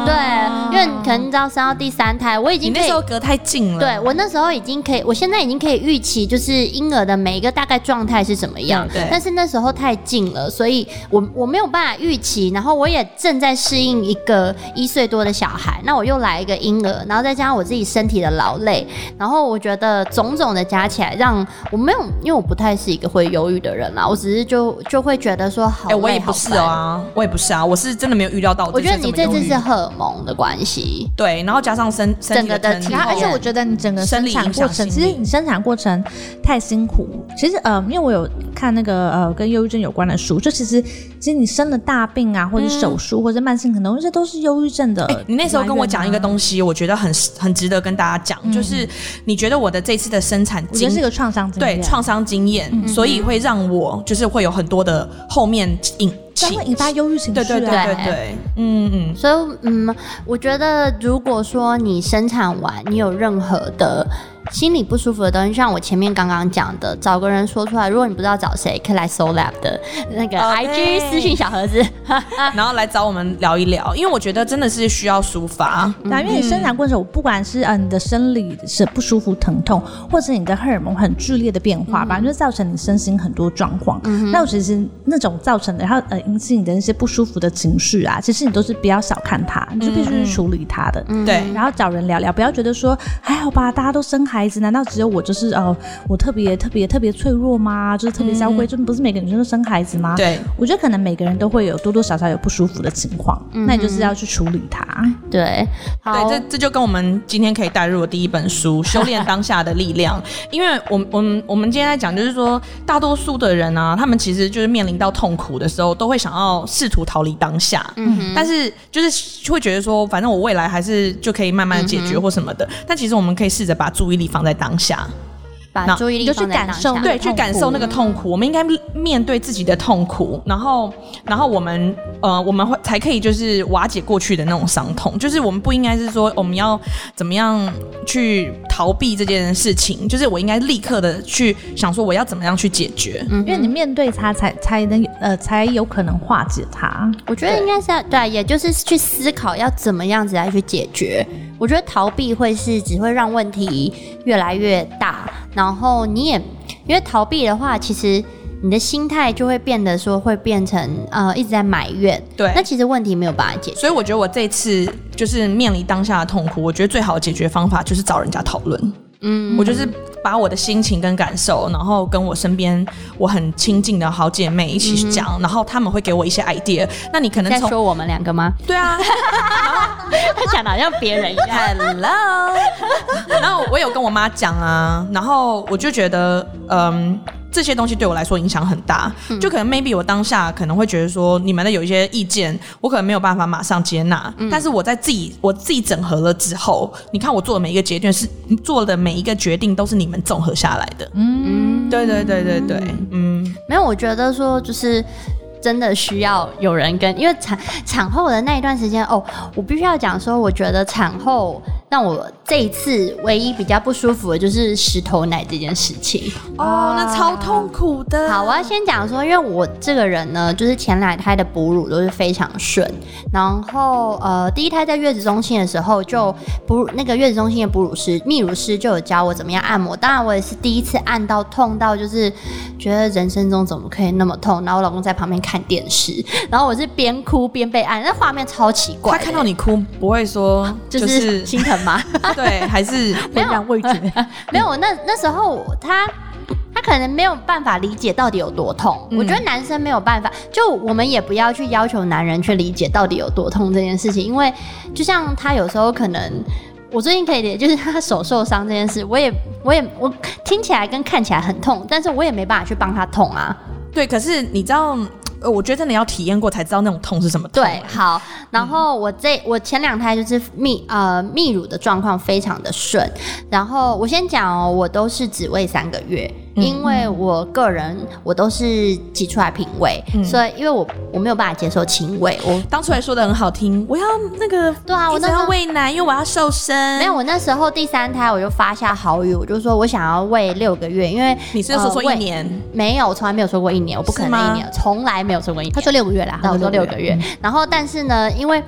对，因为可能你知道生到第三胎，我已经你那时候隔太近了。 对，我那时候已经可以，我现在已经可以预期，就是婴儿的每一个大概状态是怎么样。 对， 但是那时候太近了，所以我我没有办法预期，然后我也正在适应一个一岁多的小孩，那我又来一个婴儿，然后再加上我自己身体的劳累，然后我觉得种种的加起来，让我没有，因为我不太是一个会忧郁的人啦，我只是就就会觉得说好累， 哎、欸，我也不是啊，我也不是啊，我是真的没有预料到。 我觉得你这次是荷尔蒙的关系， 对，然后加上身身体的疼痛， 而且我觉得你整个生产过程，其实你生产过程太辛苦。其实呃，因为我有看那个呃跟忧郁症有关的书，就其实其实你生了大病啊，或者手术、嗯、或者慢性可能，这都是忧郁症的、欸。 你那时候跟我讲一个东西，我觉得很很值得跟大家讲、嗯，就是你觉得我的这次的生产经， 我觉得是个创伤经验， 对创伤经验、嗯，所以会让我就是会有很多的后面引。 这会引发忧郁情绪、啊， 对对对对对，嗯嗯， 所以嗯，我觉得如果说你生产完，你有任何的心里不舒服的东西，像我前面刚刚讲的，找个人说出来。如果你不知道找谁，可以来 Soul Lab 的那个 I G 私讯小盒子， 然后来找我们聊一聊。因为我觉得真的是需要抒发。 对、嗯，因为你生产过程，我不管是呃你的生理是不舒服、疼痛，或者你的荷尔蒙很剧烈的变化吧，嗯、就造成你身心很多状况。嗯、那我其实那种造成的，然后呃引起你的那些不舒服的情绪啊，其实你都是不要小看它，你就必须去处理它的。 嗯、对， 然后找人聊聊，不要觉得说还好吧，大家都生孩子，难道只有我就是呃我特别特别特别脆弱吗？就是特别娇贵，就不是每个女生都生孩子吗？ 对， 我觉得可能每个人都会有多多少少有不舒服的情况，嗯、那你就是要去处理它。 对， 对，这这就跟我们今天可以带入的第一本书《修炼当下的力量》，因为我们我们我们今天在讲，就是说大多数的人啊，他们其实就是面临到痛苦的时候，都会想要试图逃离当下，嗯，但是就是会觉得说，反正我未来还是就可以慢慢的解决或什么的，嗯、但其实我们可以试着把注意力放在当下。 把注意力放在当下， 就去感受， 对，去感受那个痛苦。我们应该面对自己的痛苦，然后，然后我们，呃，我们会才可以就是瓦解过去的那种伤痛。就是我们不应该是说我们要怎么样去逃避这件事情，就是我应该立刻的去想说我要怎么样去解决， 嗯，因为你面对它才才能呃才有可能化解它。 我觉得应该是要对，也就是去思考要怎么样子来去解决。我觉得逃避会是只会让问题越来越大。然后你也因为逃避的话，其实你的心态就会变得说会变成呃一直在埋怨， 对， 那其实问题没有办法解决。 所以我觉得我这次就是面临当下的痛苦，我觉得最好的解决方法就是找人家讨论。嗯，我就是把我的心情跟感受，然后跟我身边我很亲近的好姐妹一起讲，嗯、然后他们会给我一些 idea。那你可能在说我们两个吗？ 对啊， 他讲的好像别人一样。 Hello， 然后我有跟我妈讲啊，然后我就觉得，嗯。这些东西对我来说影响很大，嗯、就可能 maybe 我当下可能会觉得说你们的有一些意见，我可能没有办法马上接纳，嗯、但是我在自己我自己整合了之后，你看我做的每一个决定是做的每一个决定都是你们综合下来的，嗯，对对对对对，嗯， 没有，我觉得说就是真的需要有人跟，因为产产后的那一段时间，哦，我必须要讲说，我觉得产后让我这一次唯一比较不舒服的就是石头奶这件事情。 哦，那超痛苦的。 好，我要先讲说，因为我这个人呢，就是前两胎的哺乳都是非常顺，然后呃，第一胎在月子中心的时候就哺乳那个月子中心的哺乳师、泌乳师就有教我怎么样按摩。当然，我也是第一次按到痛到，就是觉得人生中怎么可以那么痛。然后我老公在旁边看电视，然后我是边哭边被按，那画面超奇怪。 他看到你哭不会说就是心疼吗？ 对，还是没有味觉。 没有，那那时候他他可能没有办法理解到底有多痛。嗯、我觉得男生没有办法，就我们也不要去要求男人去理解到底有多痛这件事情，因为就像他有时候可能。我最近可以理解，就是他手受伤这件事，我也我也我听起来跟看起来很痛，但是我也没办法去帮他痛啊。 对，可是你知道。呃，我觉得真的要体验过才知道那种痛是什么痛。 对，好，然后我这、嗯、我前两胎就是泌呃泌乳的状况非常的顺，然后我先讲哦，我都是只喂三个月。因为我个人我都是挤出来瓶喂、嗯，所以因为我我没有办法接受亲喂。我当初还说的很好听，我要那个对啊，我那时候要喂奶，因为我要瘦身。 没有，我那时候第三胎我就发下豪语，我就说我想要喂六个月，因为你是说说一年、呃？没有，我从来没有说过一年，我不可能一年，从来没有说过一年。 他说六个月啦， 那我说六个月。嗯、然后但是呢，因为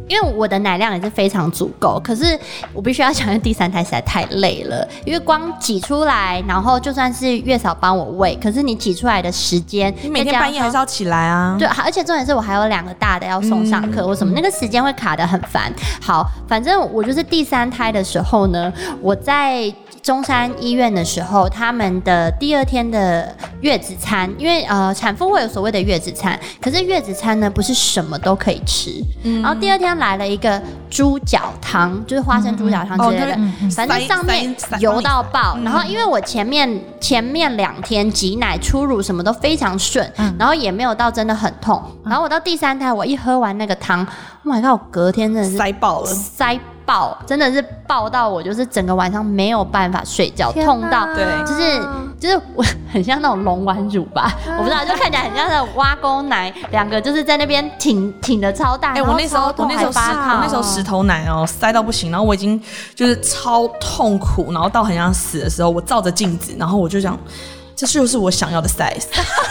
因为我的奶量也是非常足够，可是我必须要讲，第三胎实在太累了，因为光挤出来，然后就算是月嫂帮我喂，可是你挤出来的时间， 你每天半夜还是要起来啊。 对，而且重点是我还有两个大的要送上课，或、嗯、什么，那个时间会卡得很烦。好，反正我就是第三胎的时候呢，我在中山医院的时候，他们的第二天的月子餐，因为呃产妇会有所谓的月子餐，可是月子餐呢不是什么都可以吃。嗯、然后第二天来了一个猪脚汤，就是花生猪脚汤之类的，嗯哦、反正上面油到爆。嗯、然后因为我前面前面两天挤奶、初乳什么都非常顺，嗯、然后也没有到真的很痛。然后我到第三胎，我一喝完那个汤 ，Oh my god！ 我隔天真的是塞爆了， 塞。爆真的是爆到我就是整个晚上没有办法睡觉，痛到对， 就是就是我很像那种龙丸乳吧，我不知道，就看起来很像那种挖沟奶，两个就是在那边挺挺的超大。 哎、欸，我那时候我那时候我那时候石头奶哦塞到不行，然后我已经就是超痛苦，然后到很想死的时候，我照着镜子，然后我就想，这就是我想要的 size。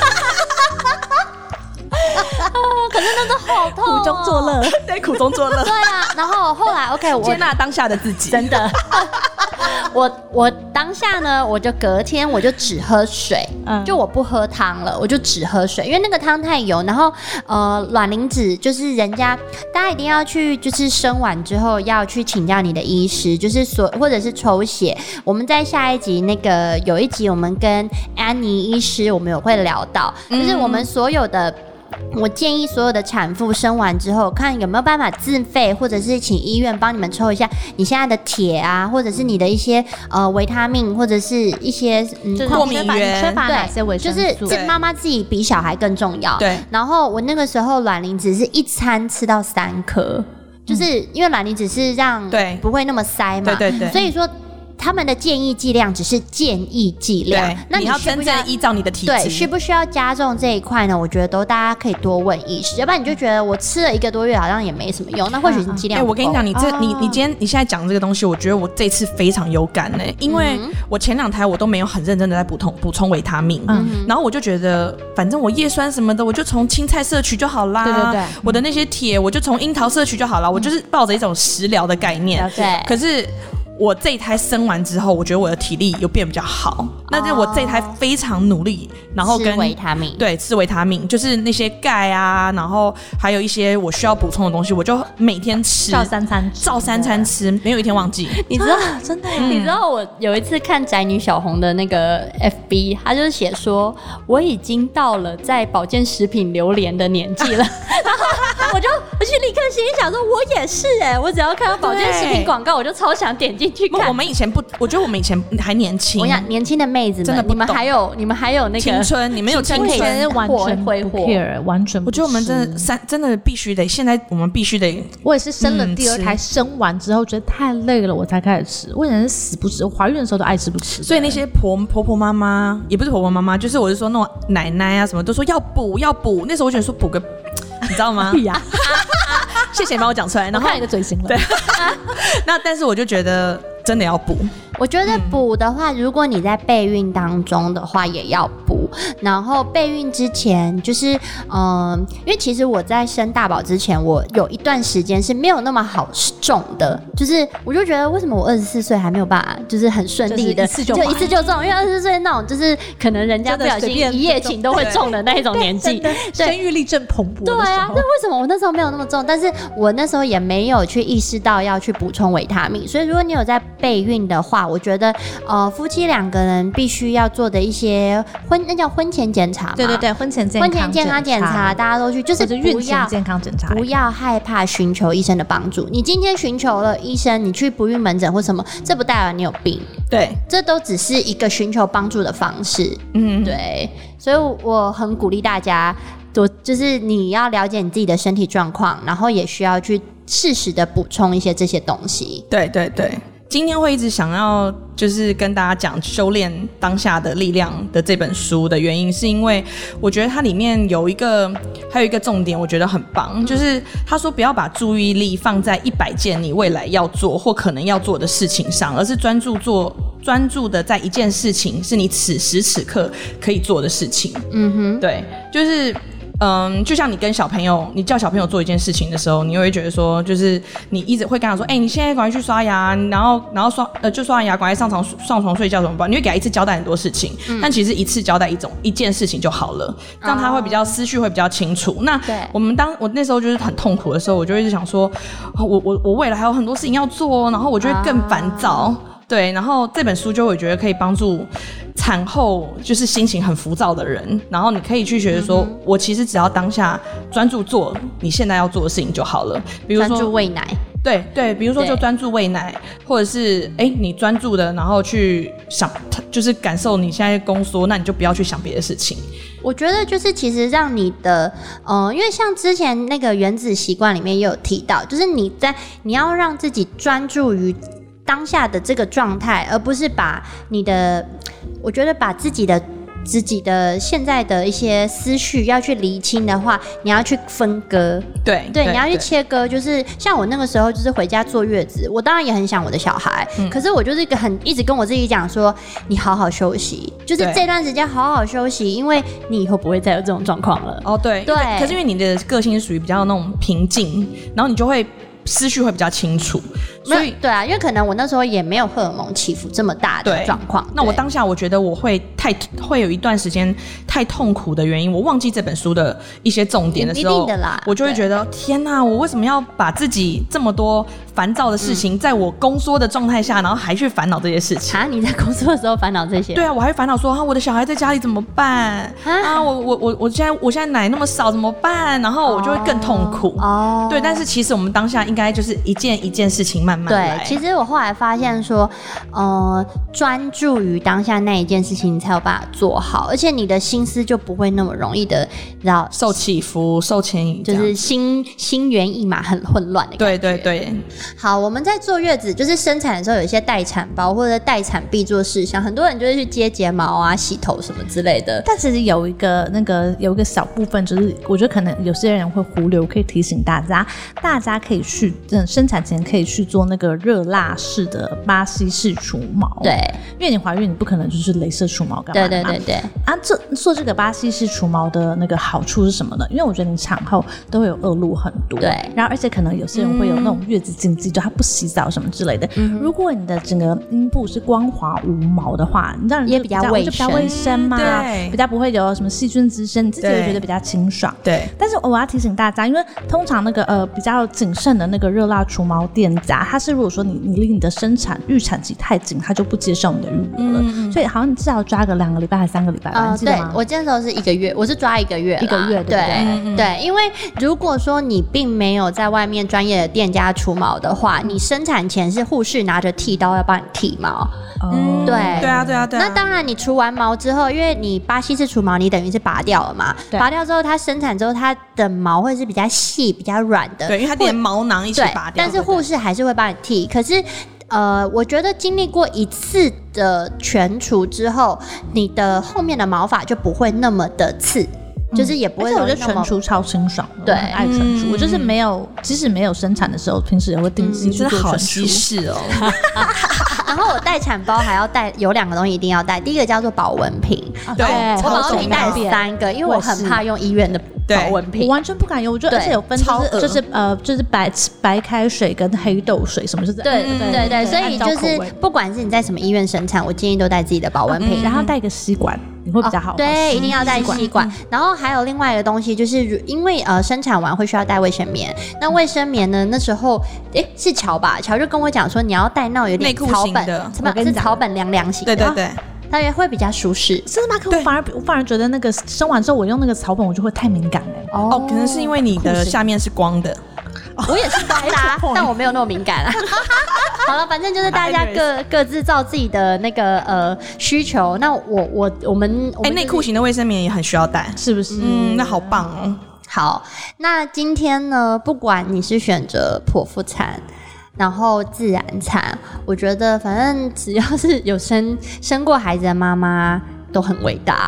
可是那个好痛、哦， 苦中作乐， 对，苦中作乐。 对啊，然后后来 OK， 我接纳当下的自己， 真的。我我当下呢，我就隔天我就只喝水，嗯、就我不喝汤了，我就只喝水，因为那个汤太油。然后呃，卵磷脂就是人家大家一定要去，就是生完之后要去请教你的医师，就是所或者是抽血。我们在下一集那个有一集我们跟安妮医师，我们有会聊到，就是我们所有的。我建议所有的产妇生完之后，看有没有办法自费，或者是请医院帮你们抽一下你现在的铁啊，或者是你的一些呃维他命，或者是一些嗯过敏源， 缺乏哪些维生素？ 就是妈妈自己比小孩更重要。 对。 然后我那个时候卵磷脂是一餐吃到三颗，就是因为卵磷脂是让对不会那么塞嘛， 对对对， 所以说。他们的建议剂量只是建议剂量，那 你, 你要真正依照你的体质， 对，需不需要加重这一块呢？我觉得都大家可以多问医师，要不然你就觉得我吃了一个多月好像也没什么用，那或许是剂量不够。 哎、欸，我跟你讲，你这、哦、你你今天你现在讲这个东西，我觉得我这次非常有感呢、欸，因为我前两胎我都没有很认真的在补充补充维他命，嗯，然后我就觉得反正我叶酸什么的，我就从青菜摄取就好啦， 对对对， 我的那些铁我就从樱桃摄取就好啦，嗯、我就是抱着一种食疗的概念， 对， 可是。我这一胎生完之后，我觉得我的体力有变比较好。那就是我这一胎非常努力，然后跟吃维他命， 对，吃维他命，就是那些钙啊，然后还有一些我需要补充的东西，我就每天吃， 照三餐吃， 照三餐吃，没有一天忘记。 你知道， 啊、真的、 嗯，你知道我有一次看宅女小红的那个 F B， 他就是写说我已经到了在保健食品榴莲的年纪了，然后我就我去立刻心里想说，我也是哎、欸，我只要看到保健食品广告，我就超想点进去看。 我们以前不，我觉得我们以前还年轻。 我想年轻的妹子们， 真的不懂， 你们还有你们还有那个青春，你们有青春， 可以完全不 care， 完全不。 我觉得我们真的三真的必须得，现在我们必须得。 我也是生了第二胎，嗯、生完之后觉得太累了，我才开始吃。我以前是死不吃，我怀孕的时候都爱吃不吃。 所以那些婆婆婆妈妈，也不是婆婆妈妈，就是我是说那种奶奶啊什么，都说要补要补。那时候我觉得说补个，你知道吗？ 呀。 谢谢你帮我讲出来，然后看你的嘴型了。 对，那但是我就觉得真的要补。 我觉得补的话，嗯、如果你在备孕当中的话，也要补。然后备孕之前，就是嗯、呃，因为其实我在生大宝之前，我有一段时间是没有那么好中的，就是我就觉得为什么我二十四岁还没有办法，就是很顺利的， 就是、一次就就一次就中，因为二十四岁那种就是可能人家不小心一夜情都会中的那一种年纪， 生育力正蓬勃的时候。 对啊，那为什么我那时候没有那么重？但是我那时候也没有去意识到要去补充维他命，所以如果你有在备孕的话，我觉得呃夫妻两个人必须要做的一些婚那叫婚前检查嘛， 对对对，婚前健康婚前健康检查，大家都去，就是孕前健康检查， 不要害怕寻求医生的帮助。你今天寻求了医生，你去不孕门诊或什么，这不代表你有病， 对， 这都只是一个寻求帮助的方式。嗯，对，所以我很鼓励大家。就是你要了解你自己的身体状况，然后也需要去适时的补充一些这些东西。 对对对，今天会一直想要就是跟大家讲修炼当下的力量的这本书的原因，是因为我觉得它里面有一个还有一个重点我觉得很棒，嗯、就是他说不要把注意力放在一百件你未来要做或可能要做的事情上，而是专注做专注的在一件事情是你此时此刻可以做的事情。嗯哼，对，就是嗯，就像你跟小朋友，你叫小朋友做一件事情的时候，你会觉得说，就是你一直会跟他说，哎、欸，你现在赶快去刷牙，然后然后刷呃就刷完牙，赶快上床上床睡觉怎么办？你会给他一次交代很多事情，嗯、但其实一次交代一种一件事情就好了，让他会比较思绪会比较清楚。那我们当我那时候就是很痛苦的时候，我就一直想说，我我我未来还有很多事情要做，然后我就会更烦躁。对，然后这本书就我觉得可以帮助产后就是心情很浮躁的人，然后你可以去觉得说、嗯、我其实只要当下专注做你现在要做的事情就好了，比如说专注喂奶， 对对，比如说就专注喂奶，或者是哎你专注的然后去想就是感受你现在宫缩，那你就不要去想别的事情。 我觉得就是其实让你的呃因为像之前那个原子习惯里面也有提到，就是你在你要让自己专注于当下的这个状态，而不是把你的，我觉得把自己的自己的现在的一些思绪要去厘清的话，你要去分割， 对对，你要去切割。就是像我那个时候，就是回家坐月子，我当然也很想我的小孩，嗯、可是我就是一个很一直跟我自己讲说，你好好休息，就是这段时间好好休息，因为你以后不会再有这种状况了。 哦，对对，可是因为你的个性是属于比较那种平静，然后你就会思绪会比较清楚。所以对啊，因为可能我那时候也没有荷尔蒙起伏这么大的状况。 那我当下我觉得我会太会有一段时间太痛苦的原因，我忘记这本书的一些重点的时候， 一定的啦， 我就会觉得天哪，我为什么要把自己这么多烦躁的事情，嗯、在我宫缩的状态下，然后还去烦恼这些事情？ 啊，你在宫缩的时候烦恼这些？ 对啊，我还烦恼说啊，我的小孩在家里怎么办？啊，啊我我我我现在我现在奶那么少怎么办？然后我就会更痛苦。哦，对，但是其实我们当下应该就是一件一件事情慢慢来。 对，其实我后来发现说，呃，专注于当下那一件事情，你才有办法做好，而且你的心思就不会那么容易的，你知道， 受起伏、受牵引， 就是心心猿意马、很混乱的感觉。 对对对。 好，我们在坐月子，就是生产的时候有一些待产包或者待产必做事项，很多人就会去接睫毛啊、洗头什么之类的。 但其实有一个那个有一个小部分，就是我觉得可能有些人会忽略，我可以提醒大家，大家可以去，嗯，生产前可以去做那个热蜡式的巴西式除毛。 对， 因为你怀孕，你不可能就是雷射除毛干嘛的嘛。 对对对对。 啊，这做这个巴西式除毛的那个好处是什么呢？因为我觉得你产后都会有恶露很多， 对， 然后而且可能有些人会有那种月子禁忌，就他不洗澡什么之类的。嗯、如果你的整个阴部是光滑无毛的话，你知道你也比较卫生， 比较卫生嘛，对，比较不会有什么细菌滋生，你自己会觉得比较清爽。 对。 但是我要提醒大家，因为通常那个呃比较谨慎的那个热蜡除毛店家，它是如果说你你离你的生产预产期太近，他就不接受你的预约了。嗯、所以好像你至少抓个两个礼拜还是三个礼拜吧？ 呃、对，我那时候是一个月，我是抓一个月， 一个月，对不对？对， 嗯、对，因为如果说你并没有在外面专业的店家除毛的话，你生产前是护士拿着剃刀要帮你剃毛。 嗯， 对， 对啊，对啊，对啊。 那当然，你除完毛之后，因为你巴西式除毛，你等于是拔掉了嘛？拔掉之后，它生产之后，它的毛会是比较细、比较软的。 对，因为它连毛囊一起拔掉。 但是护士还是会帮你剃。可是，呃，我觉得经历过一次的全除之后，你的后面的毛发就不会那么的刺。就是也不会， 而且我觉得全除超清爽的， 对， 我很爱全除。嗯、我就是没有，即使没有生产的时候，平时也会定期去做全除。 真的好稀释哦。 然后我待产包还要带，有两个东西一定要带，第一个叫做保温瓶， 对， 我保温瓶带了三个，因为我很怕用医院的保温瓶， 我完全不敢用。我觉得而且有分就是就是呃就是白白开水跟黑豆水什么，就是对对对对，所以就是不管是你在什么医院生产，我建议都带自己的保温瓶， 然后带一个吸管。你会比较好， 哦、对，一定要带吸管。然后还有另外一个东西，就是因为呃生产完会需要带卫生棉。那卫生棉呢？那时候哎是乔吧，乔就跟我讲说你要带那种有点草本的， 什么是草本凉凉型的， 对对对， 它也会比较舒适。 真的吗？可我反而我反而觉得那个生完之后我用那个草本我就会太敏感哎。 哦，哦可能是因为你的下面是光的。 我也是白搭，但我没有那么敏感啊。好了，反正就是大家各各自照自己的那个呃需求。那我我我们哎，内裤型的卫生棉也很需要带， 是不是？ 嗯，那好棒哦。 好，那今天呢，不管你是选择剖腹产，然后自然产，我觉得反正只要是有生生过孩子的妈妈都很伟大。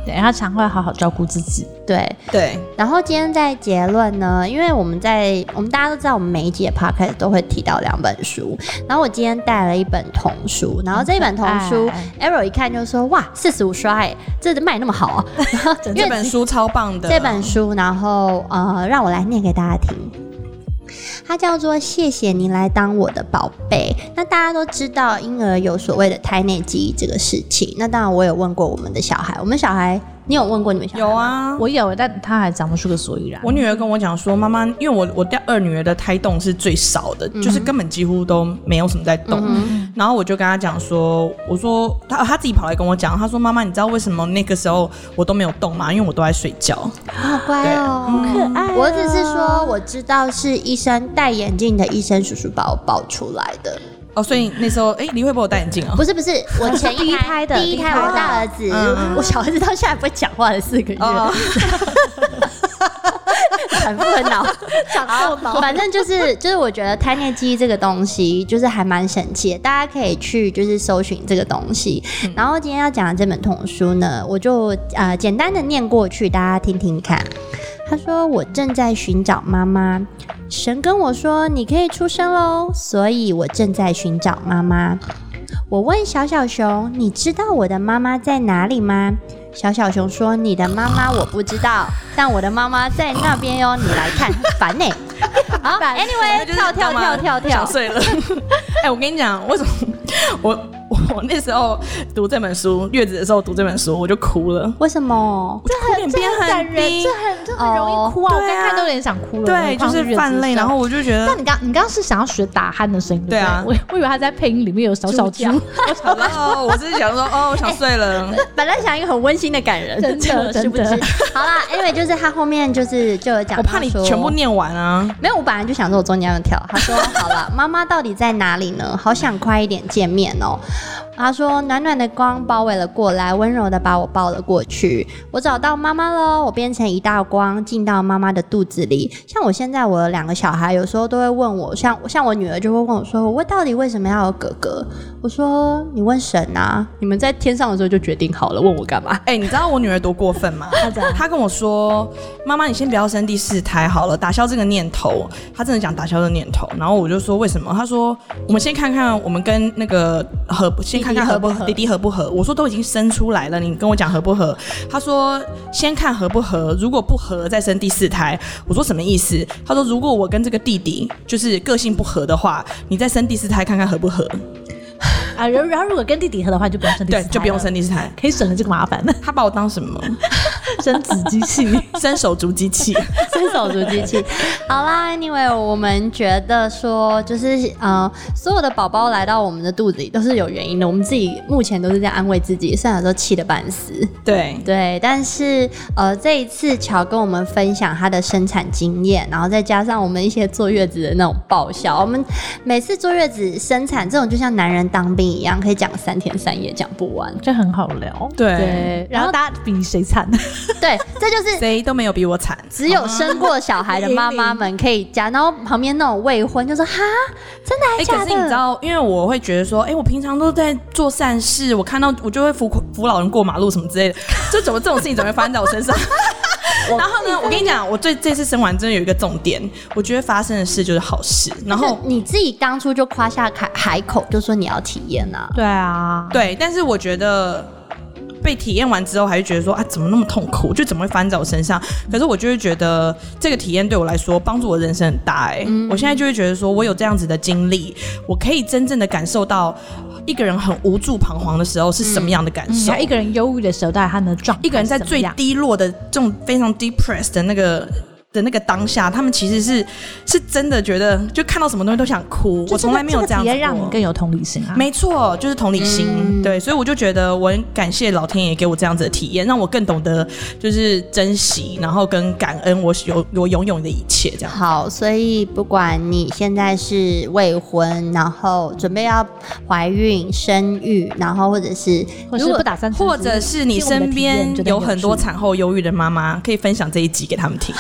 对，他常会好好照顾自己。 对对。 然后今天在结论呢，因为我们在我们大家都知道，我们每一集的 podcast 都会提到两本书。然后我今天带了一本童书，然后这一本童书 ，Arrow 一看就说：“哇，四十五刷哎，这卖那么好啊！” 这本书超棒的。 这本书，然后呃，让我来念给大家听。它叫做谢谢您来当我的宝贝。那大家都知道婴儿有所谓的胎内记忆这个事情，那当然我有问过我们的小孩，我们小孩你有问过你们小孩？ 有啊， 我有，但他还讲不出个所以然。 我女儿跟我讲说，妈妈，因为我我第二女儿的胎动是最少的，嗯、就是根本几乎都没有什么在动。嗯、然后我就跟她讲说，我说她她自己跑来跟我讲，她说妈妈，你知道为什么那个时候我都没有动吗？因为我都在睡觉。 好乖哦，好可爱、哦。我只是说我知道是医生戴眼镜的医生叔叔把我抱出来的。 哦，所以那时候，哎、欸，李慧波有戴眼镜啊？ 不是不是，我前一胎的第一胎，我大儿子，嗯、我小儿子到现在不会讲话的四个月，哦、产妇很恼，讲到恼。反正就是就是，我觉得胎内记忆这个东西就是还蛮神奇的，大家可以去就是搜寻这个东西。嗯、然后今天要讲的这本童书呢，我就呃简单的念过去，大家听听看。他说：“我正在寻找妈妈，神跟我说你可以出生喽，所以我正在寻找妈妈。我问小小熊，你知道我的妈妈在哪里吗？小小熊说，你的妈妈我不知道，但我的妈妈在那边哟，你来看，烦呢、欸。好 ，anyway， 跳跳跳跳跳， 想睡了。哎、欸，我跟你讲，为什么我？”我那时候读这本书，月子的时候读这本书，我就哭了。 为什么？ 这很这很感人，这很这很容易哭啊！哦、我刚看都有点想哭了。 对，就是泛泪，然后我就觉得。 但你刚你刚刚是想要学打鼾的声音， 对啊， 我我以为他在配音里面有小小猪。 哦，我是想说，哦，我想睡了。 欸、本来想一个很温馨的感人， 真的是不是？好啦，因为就是他后面就是就有讲， 我怕你全部念完啊。 没有，我本来就想说我中间要跳。他说：“好了，妈妈到底在哪里呢？好想快一点见面哦。”他说：“暖暖的光包围了过来，温柔的把我抱了过去。我找到妈妈了，我变成一道光，进到妈妈的肚子里。像我现在，我的两个小孩有时候都会问我，像像我女儿就会问我说：我到底为什么要有哥哥？我说：你问神啊！你们在天上的时候就决定好了，问我干嘛？ 哎、欸，你知道我女儿多过分吗？她跟我说：妈妈，你先不要生第四胎好了，打消这个念头。她真的讲打消这个念头。然后我就说为什么？她说：我们先看看我们跟那个合先。”看看合不合，弟弟合不合？我说都已经生出来了，你跟我讲合不合？他说先看合不合，如果不合再生第四胎。我说什么意思？他说如果我跟这个弟弟就是个性不合的话，你再生第四胎看看合不合。 啊，然后如果跟弟弟合的话，就不用生第四胎， 对，就不用生第四胎， 可以省了这个麻烦。 他把我当什么？ 生子机器， 生手足机器， 生手足机器。好啦 ，anyway， 我们觉得说，就是呃，所有的宝宝来到我们的肚子里都是有原因的。我们自己目前都是这样安慰自己，虽然有时候气得半死。 对对，但是呃，这一次乔跟我们分享他的生产经验，然后再加上我们一些坐月子的那种爆笑，我们每次坐月子生产这种就像男人当兵一样，可以讲三天三夜讲不完， 这很好聊。 对， 对， 然后大家比谁惨？ 对，这就是谁都没有比我惨， 只有生过小孩的妈妈们可以讲。然后旁边那种未婚就说：“哈，真的还假的？” 欸、可是你知道，因为我会觉得说，哎、欸，我平常都在做善事，我看到我就会扶扶老人过马路什么之类的，就怎么这种事情怎么会发生在我身上？然后呢，我跟你讲，我最这次生完真的有一个重点，我觉得发生的事就是好事。然后你自己当初就夸下海口，就说你要体验啊。 对啊， 对，但是我觉得。被体验完之后，还是觉得说啊，怎么那么痛苦？就怎么会发生在我身上？可是我就会觉得这个体验对我来说帮助我人生很大、欸。哎、嗯，我现在就会觉得说，我有这样子的经历，我可以真正的感受到一个人很无助、彷徨的时候是什么样的感受。 嗯嗯、一个人忧郁的时候，到底他的状态， 一个人在最低落的这种非常 depressed 的那个。的那个当下，他们其实是是真的觉得，就看到什么东西都想哭。我从来没有这样子过。这个体验让你更有同理心啊！ 没错，就是同理心。嗯、对，所以我就觉得我很感谢老天爷给我这样子的体验，让我更懂得就是珍惜，然后跟感恩我有我拥有的一切。这样好，所以不管你现在是未婚，然后准备要怀孕、生育，然后或者是或是不打算， 或者是你身边有很多产后忧郁的妈妈，可以分享这一集给他们听。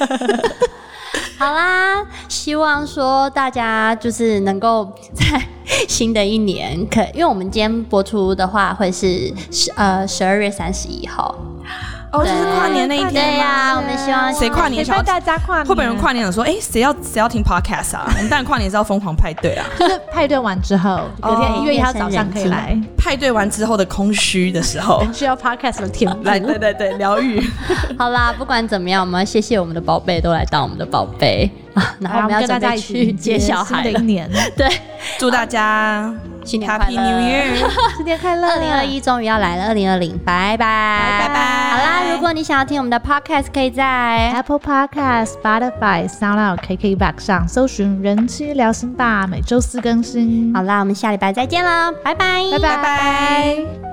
好啦，希望说大家就是能够在新的一年可，因为我们今天播出的话会是十呃十二月三十一号。 哦，就是跨年那一天。 对呀、啊，我们希望谁跨年想要大家跨年， 会不会有人跨年想说，哎、欸，谁要谁要听 podcast 啊？我们当然跨年是要疯狂派对啊， 就是派对完之后，隔天一月一号早上可以来。 派对完之后的空虚的时候， 需要 podcast 的填补。 来，对对对，疗愈。 好啦，不管怎么样，我们要谢谢我们的宝贝都来当我们的宝贝啊，然后我们要准备去接小孩了。 新的一年， 对， 祝大家新年快乐 Happy New Year， 新年快乐！ 二零二一终于要来了，二零二零，拜拜拜拜。 好啦，如果你想要听我们的 podcast， 可以在 Apple Podcast、Spotify、SoundCloud、K K B O X 上搜寻“人妻聊心吧”，每周四更新。 好啦，我们下礼拜再见了，拜拜， 拜拜拜。